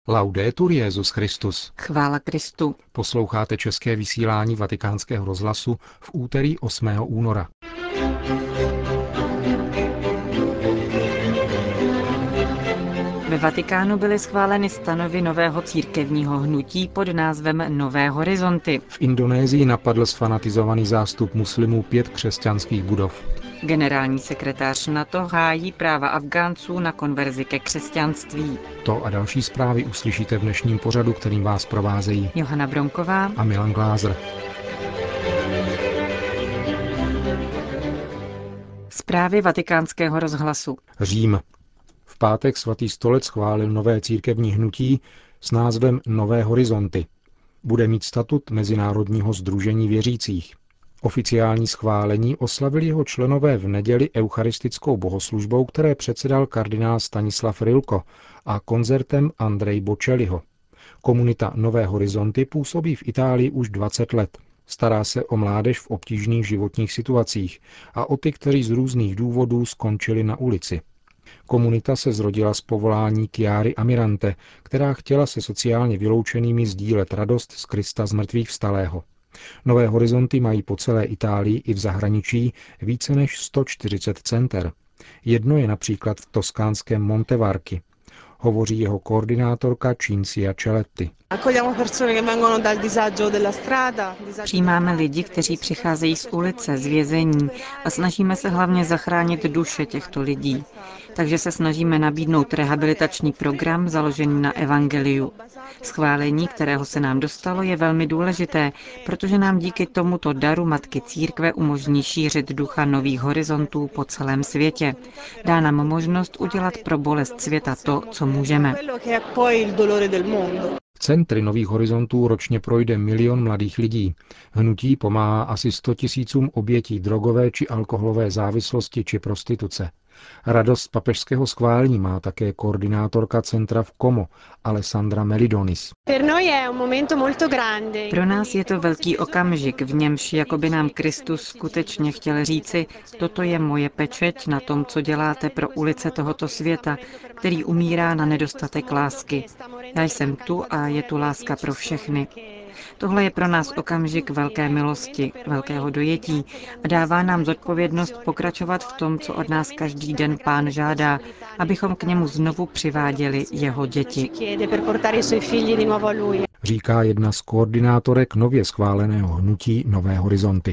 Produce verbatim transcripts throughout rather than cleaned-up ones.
Laudetur Jesus Christus. Chvála Kristu. Posloucháte české vysílání Vatikánského rozhlasu v úterý osmého února. Ve Vatikánu byly schváleny stanovy nového církevního hnutí pod názvem Nové horizonty. V Indonésii napadl sfanatizovaný zástup muslimů pět křesťanských budov. Generální sekretář NATO hájí práva Afgánců na konverzi ke křesťanství. To a další zprávy uslyšíte v dnešním pořadu, kterým vás provázejí Johana Bronková a Milan Glázer. Zprávy Vatikánského rozhlasu. Řím. V pátek svatý stolec schválil nové církevní hnutí s názvem Nové horizonty. Bude mít statut Mezinárodního sdružení věřících. Oficiální schválení oslavili jeho členové v neděli eucharistickou bohoslužbou, které předsedal kardinál Stanislav Rilko a koncertem Andrej Bocelliho. Komunita Nové horizonty působí v Itálii už dvacet let. Stará se o mládež v obtížných životních situacích a o ty, kteří z různých důvodů skončili na ulici. Komunita se zrodila z povolání Chiary Amirante, která chtěla se sociálně vyloučenými sdílet radost z Krista zmrtvých vstalého. Nové horizonty mají po celé Itálii i v zahraničí více než sto čtyřicet center. Jedno je například v toskánském Montevarchi. Hovoří jeho koordinátorka Cinzia Celletti. Přijímáme lidi, kteří přicházejí z ulice, z vězení a snažíme se hlavně zachránit duše těchto lidí. Takže se snažíme nabídnout rehabilitační program založený na evangeliu. Schválení, kterého se nám dostalo, je velmi důležité, protože nám díky tomuto daru Matky Církve umožní šířit ducha nových horizontů po celém světě. Dá nám možnost udělat pro bolest světa to, co můžeme. Centry Nových horizontů ročně projde milion mladých lidí. Hnutí pomáhá asi sto tisícům obětí drogové či alkoholové závislosti či prostituce. Radost papežského schválení má také koordinátorka centra v Como, Alessandra Melidonis. Pro nás je to velký okamžik, v němž jakoby nám Kristus skutečně chtěl říci, toto je moje pečeť na tom, co děláte pro ulice tohoto světa, který umírá na nedostatek lásky. Já jsem tu a je tu láska pro všechny. Tohle je pro nás okamžik velké milosti, velkého dojetí a dává nám zodpovědnost pokračovat v tom, co od nás každý den Pán žádá, abychom k němu znovu přiváděli jeho děti. Říká jedna z koordinátorek nově schváleného hnutí Nové horizonty.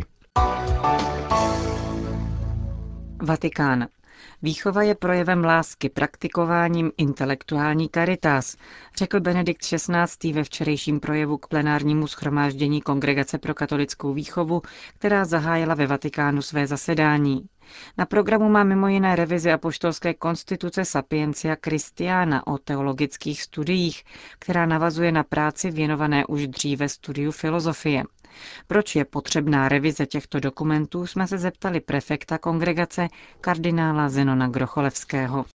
Vatikán. Výchova je projevem lásky, praktikováním intelektuální caritas, řekl Benedikt šestnáctý. ve včerejším projevu k plenárnímu shromáždění Kongregace pro katolickou výchovu, která zahájila ve Vatikánu své zasedání. Na programu má mimo jiné revizi apoštolské konstituce Sapientia Christiana o teologických studiích, která navazuje na práci věnované už dříve studiu filozofie. Proč je potřebná revize těchto dokumentů, jsme se zeptali prefekta kongregace kardinála Zenona Grocholevského.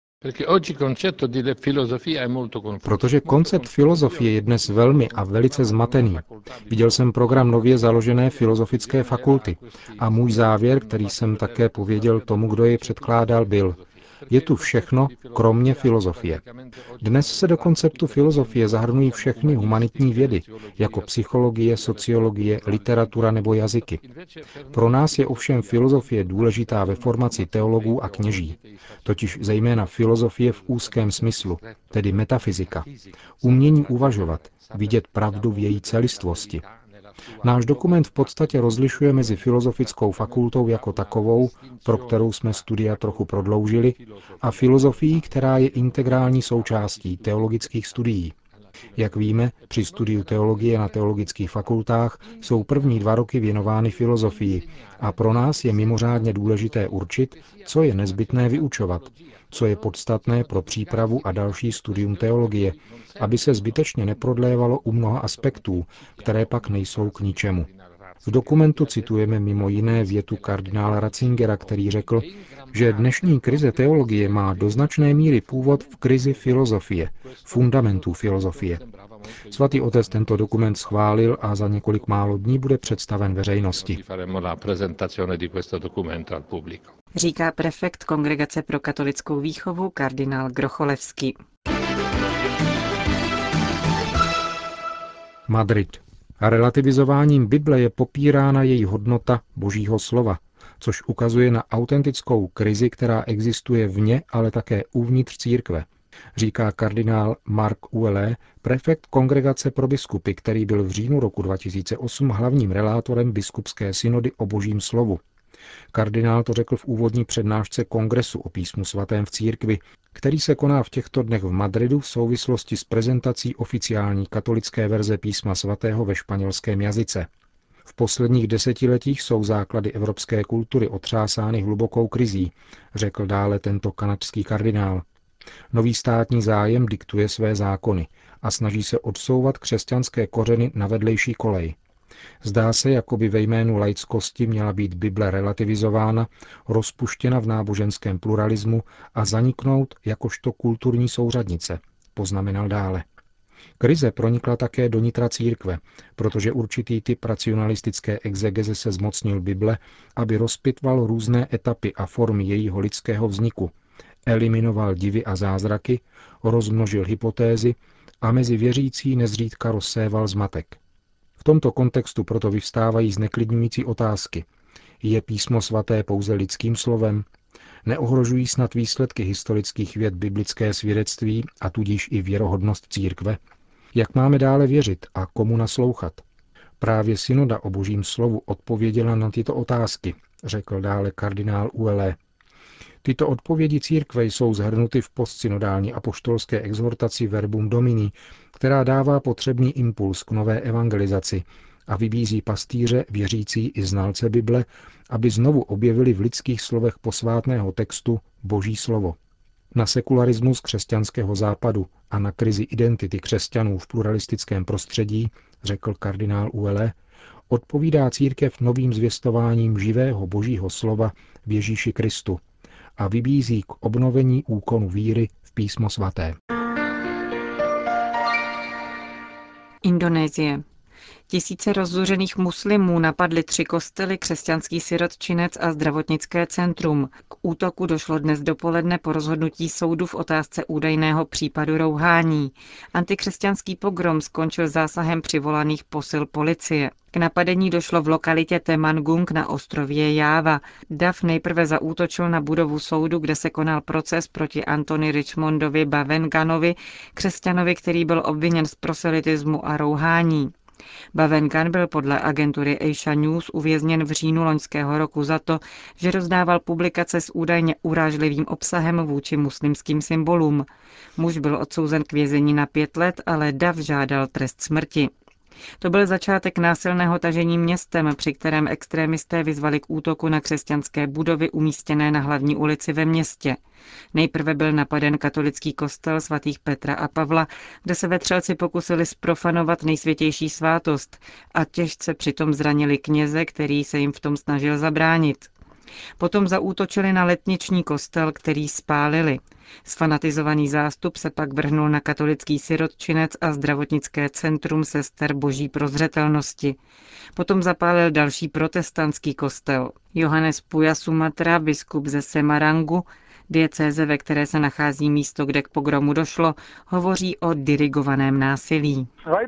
Protože koncept filozofie je dnes velmi a velice zmatený. Viděl jsem program nově založené filozofické fakulty a můj závěr, který jsem také pověděl tomu, kdo je předkládal, byl: je tu všechno, kromě filozofie. Dnes se do konceptu filozofie zahrnují všechny humanitní vědy, jako psychologie, sociologie, literatura nebo jazyky. Pro nás je ovšem filozofie důležitá ve formaci teologů a kněží, totiž zejména filozofie v úzkém smyslu, tedy metafyzika, umění uvažovat, vidět pravdu v její celistvosti. Náš dokument v podstatě rozlišuje mezi filozofickou fakultou jako takovou, pro kterou jsme studia trochu prodloužili, a filozofií, která je integrální součástí teologických studií. Jak víme, při studiu teologie na teologických fakultách jsou první dva roky věnovány filozofii a pro nás je mimořádně důležité určit, co je nezbytné vyučovat, co je podstatné pro přípravu a další studium teologie, aby se zbytečně neprodlévalo u mnoha aspektů, které pak nejsou k ničemu. V dokumentu citujeme mimo jiné větu kardinála Ratzingera, který řekl, že dnešní krize teologie má do značné míry původ v krizi filozofie, fundamentů filozofie. Svatý otec tento dokument schválil a za několik málo dní bude představen veřejnosti. Říká prefekt Kongregace pro katolickou výchovu kardinál Grocholevský. Madrid. A relativizováním Bible je popírána její hodnota Božího slova, což ukazuje na autentickou krizi, která existuje vně, ale také uvnitř církve, říká kardinál Marc Ouellet, prefekt Kongregace pro biskupy, který byl v říjnu roku dva tisíce osm hlavním relátorem biskupské synody o Božím slovu. Kardinál to řekl v úvodní přednášce kongresu o písmu svatém v církvi, který se koná v těchto dnech v Madridu v souvislosti s prezentací oficiální katolické verze písma svatého ve španělském jazyce. V posledních desetiletích jsou základy evropské kultury otřásány hlubokou krizí, řekl dále tento kanadský kardinál. Nový státní zájem diktuje své zákony a snaží se odsouvat křesťanské kořeny na vedlejší kolej. Zdá se, jako by ve jménu laickosti měla být Bible relativizována, rozpuštěna v náboženském pluralismu a zaniknout jakožto kulturní souřadnice, poznamenal dále. Krize pronikla také do nitra církve, protože určitý typ racionalistické exegeze se zmocnil Bible, aby rozpitval různé etapy a formy jejího lidského vzniku, eliminoval divy a zázraky, rozmnožil hypotézy a mezi věřící nezřídka rozséval zmatek. V tomto kontextu proto vyvstávají zneklidňující otázky. Je písmo svaté pouze lidským slovem? Neohrožují snad výsledky historických věd biblické svědectví a tudíž i věrohodnost církve? Jak máme dále věřit a komu naslouchat? Právě synoda o Božím slovu odpověděla na tyto otázky, řekl dále kardinál Ouellet. Tyto odpovědi církve jsou shrnuty v postsynodální apoštolské exhortaci Verbum Domini, která dává potřebný impuls k nové evangelizaci a vybízí pastýře, věřící i znalce Bible, aby znovu objevili v lidských slovech posvátného textu Boží slovo. Na sekularismus křesťanského západu a na krizi identity křesťanů v pluralistickém prostředí, řekl kardinál Ouellet, odpovídá církev novým zvěstováním živého Božího slova v Ježíši Kristu a vybízí k obnovení úkonu víry v písmo svaté. Indonésie. Tisíce rozzuřených muslimů napadly tři kostely, křesťanský sirotčinec a zdravotnické centrum. K útoku došlo dnes dopoledne po rozhodnutí soudu v otázce údajného případu rouhání. Antikřesťanský pogrom skončil zásahem přivolaných posil policie. K napadení došlo v lokalitě Temanggung na ostrově Jáva. Dav nejprve zaútočil na budovu soudu, kde se konal proces proti Anthony Richmondovi Bavenganovi, křesťanovi, který byl obviněn z proselitismu a rouhání. Bavengan byl podle agentury Asia News uvězněn v říjnu loňského roku za to, že rozdával publikace s údajně urážlivým obsahem vůči muslimským symbolům. Muž byl odsouzen k vězení na pět let, ale Dav žádal trest smrti. To byl začátek násilného tažení městem, při kterém extrémisté vyzvali k útoku na křesťanské budovy umístěné na hlavní ulici ve městě. Nejprve byl napaden katolický kostel svatých Petra a Pavla, kde se vetřelci pokusili zprofanovat nejsvětější svátost a těžce přitom zranili kněze, který se jim v tom snažil zabránit. Potom zaútočili na letniční kostel, který spálili. Sfanatizovaný zástup se pak vrhnul na katolický sirotčinec a zdravotnické centrum sester Boží prozřetelnosti. Potom zapálil další protestantský kostel. Johannes Puja Sumatra, biskup ze Semarangu, diecéze, ve které se nachází místo, kde k pogromu došlo, hovoří o dirigovaném násilí.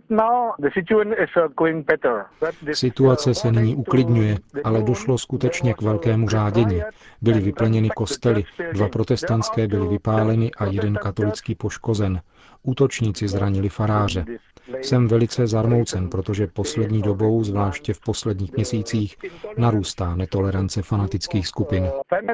Situace se nyní uklidňuje, ale došlo skutečně k velkému řádění. Byly vyplněny kostely, dva protestantské byly vypáleny a jeden katolický poškozen. Útočníci zranili faráře. Jsem velice zarmoucen, protože poslední dobou, zvláště v posledních měsících, narůstá netolerance fanatických skupin.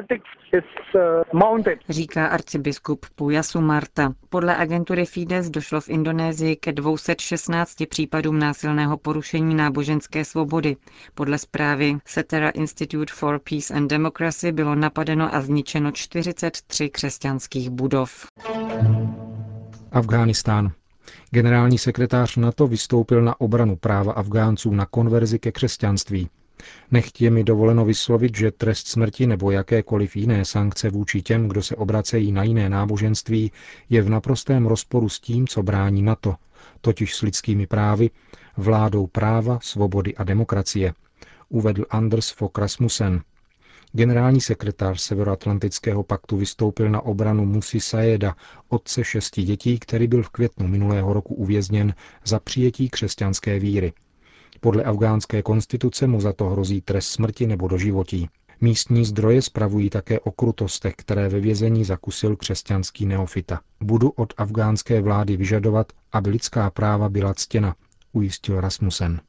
Říká arcibiskup Puja Sumarta. Podle agentury Fides došlo v Indonésii ke dvěma stům šestnácti případům násilného porušení náboženské svobody. Podle zprávy Setara Institute for Peace and Democracy bylo napadeno a zničeno čtyřicet tři křesťanských budov. Afghánistán. Generální sekretář NATO vystoupil na obranu práva Afgánců na konverzi ke křesťanství. Nechť je mi dovoleno vyslovit, že trest smrti nebo jakékoliv jiné sankce vůči těm, kdo se obracejí na jiné náboženství, je v naprostém rozporu s tím, co brání NATO, totiž s lidskými právy, vládou práva, svobody a demokracie, uvedl Anders Fogh Rasmussen. Generální sekretář Severoatlantického paktu vystoupil na obranu Musi Sajeda, otce šesti dětí, který byl v květnu minulého roku uvězněn za přijetí křesťanské víry. Podle afghánské konstituce mu za to hrozí trest smrti nebo doživotí. Místní zdroje spravují také o krutostech, které ve vězení zakusil křesťanský neofita. Budu od afghánské vlády vyžadovat, aby lidská práva byla ctěna, ujistil Rasmussen.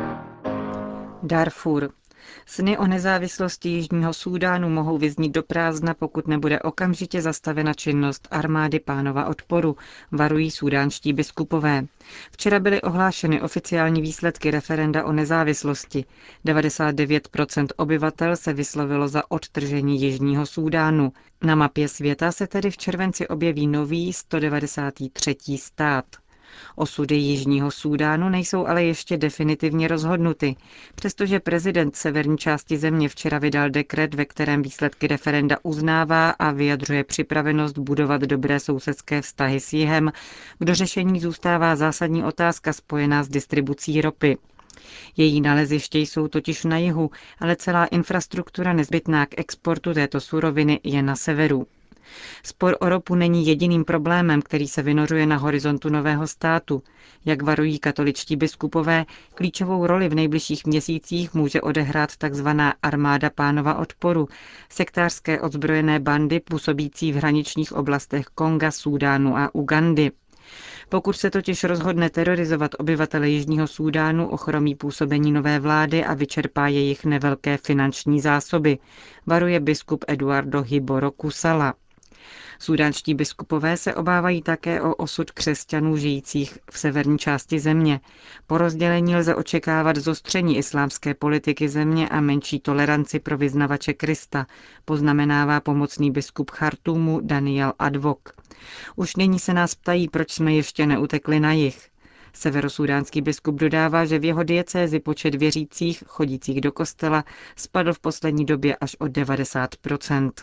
Darfur. Sny o nezávislosti Jižního Súdánu mohou vyznít do prázdna, pokud nebude okamžitě zastavena činnost armády Pánova odporu, varují súdánští biskupové. Včera byly ohlášeny oficiální výsledky referenda o nezávislosti. devadesát devět procent obyvatel se vyslovilo za odtržení Jižního Súdánu. Na mapě světa se tedy v červenci objeví nový sto devadesátý třetí stát. Osudy Jižního Súdánu nejsou ale ještě definitivně rozhodnuty, přestože prezident severní části země včera vydal dekret, ve kterém výsledky referenda uznává a vyjadřuje připravenost budovat dobré sousedské vztahy s jihem. K dořešení zůstává zásadní otázka spojená s distribucí ropy. Její naleziště jsou totiž na jihu, ale celá infrastruktura nezbytná k exportu této suroviny je na severu. Spor o ropu není jediným problémem, který se vynořuje na horizontu nového státu. Jak varují katoličtí biskupové, klíčovou roli v nejbližších měsících může odehrát tzv. Armáda Pánova odporu, sektářské ozbrojené bandy působící v hraničních oblastech Konga, Súdánu a Ugandy. Pokud se totiž rozhodne terorizovat obyvatele Jižního Súdánu, ochromí působení nové vlády a vyčerpá jejich nevelké finanční zásoby, varuje biskup Eduardo Hiboro Kusala. Súdánští biskupové se obávají také o osud křesťanů žijících v severní části země. Po rozdělení lze očekávat zostření islámské politiky země a menší toleranci pro vyznavače Krista, poznamenává pomocný biskup Chartúmu Daniel Advok. Už nyní se nás ptají, proč jsme ještě neutekli na jih. Severosúdánský biskup dodává, že v jeho diecézi počet věřících, chodících do kostela, spadl v poslední době až o devadesát procent.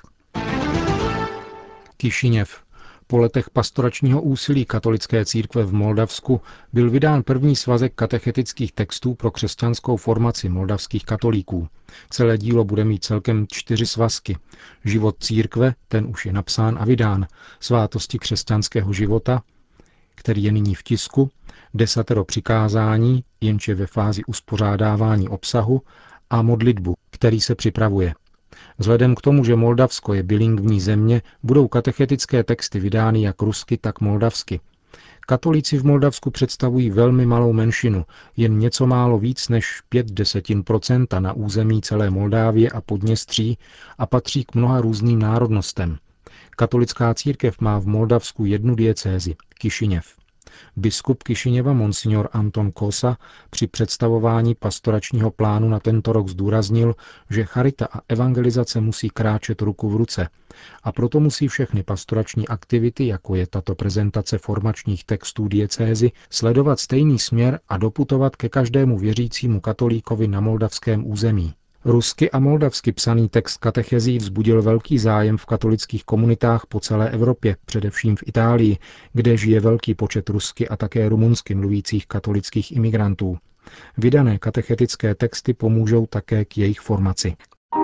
Kišiněv. Po letech pastoračního úsilí katolické církve v Moldavsku byl vydán první svazek katechetických textů pro křesťanskou formaci moldavských katolíků. Celé dílo bude mít celkem čtyři svazky. Život církve, ten už je napsán a vydán. Svátosti křesťanského života, který je nyní v tisku. Desatero přikázání, jenž je ve fázi uspořádávání obsahu, a modlitbu, který se připravuje. Vzhledem k tomu, že Moldavsko je bilingvní země, budou katechetické texty vydány jak rusky, tak moldavsky. Katolíci v Moldavsku představují velmi malou menšinu, jen něco málo víc než pět desetin procenta na území celé Moldávie a Podněstří a patří k mnoha různým národnostem. Katolická církev má v Moldavsku jednu diecézi, Kišiněv. Biskup Kišiněva monsignor Anton Kosa při představování pastoračního plánu na tento rok zdůraznil, že charita a evangelizace musí kráčet ruku v ruce a proto musí všechny pastorační aktivity, jako je tato prezentace formačních textů diecézy, sledovat stejný směr a doputovat ke každému věřícímu katolíkovi na moldavském území. Rusky a moldavsky psaný text katechezí vzbudil velký zájem v katolických komunitách po celé Evropě, především v Itálii, kde žije velký počet rusky a také rumunsky mluvících katolických imigrantů. Vydané katechetické texty pomůžou také k jejich formaci.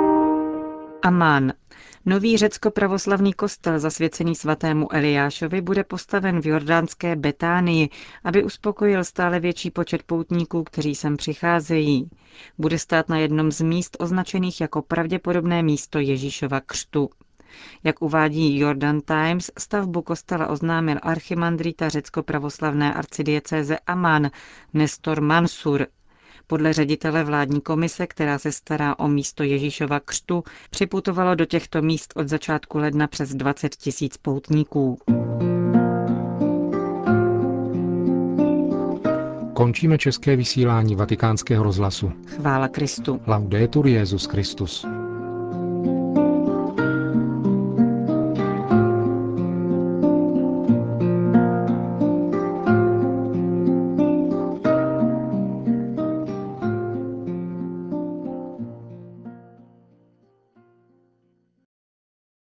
Amán. Nový řecko-pravoslavný kostel zasvěcený svatému Eliášovi bude postaven v jordánské Betánii, aby uspokojil stále větší počet poutníků, kteří sem přicházejí. Bude stát na jednom z míst označených jako pravděpodobné místo Ježíšova křtu. Jak uvádí Jordan Times, stavbu kostela oznámil archimandrita řecko-pravoslavné arcidiecéze Amán Nestor Mansur. Podle ředitele vládní komise, která se stará o místo Ježíšova křtu, připutovalo do těchto míst od začátku ledna přes dvacet tisíc poutníků. Končíme české vysílání Vatikánského rozhlasu. Chvála Kristu. Laudetur Jesus Christus.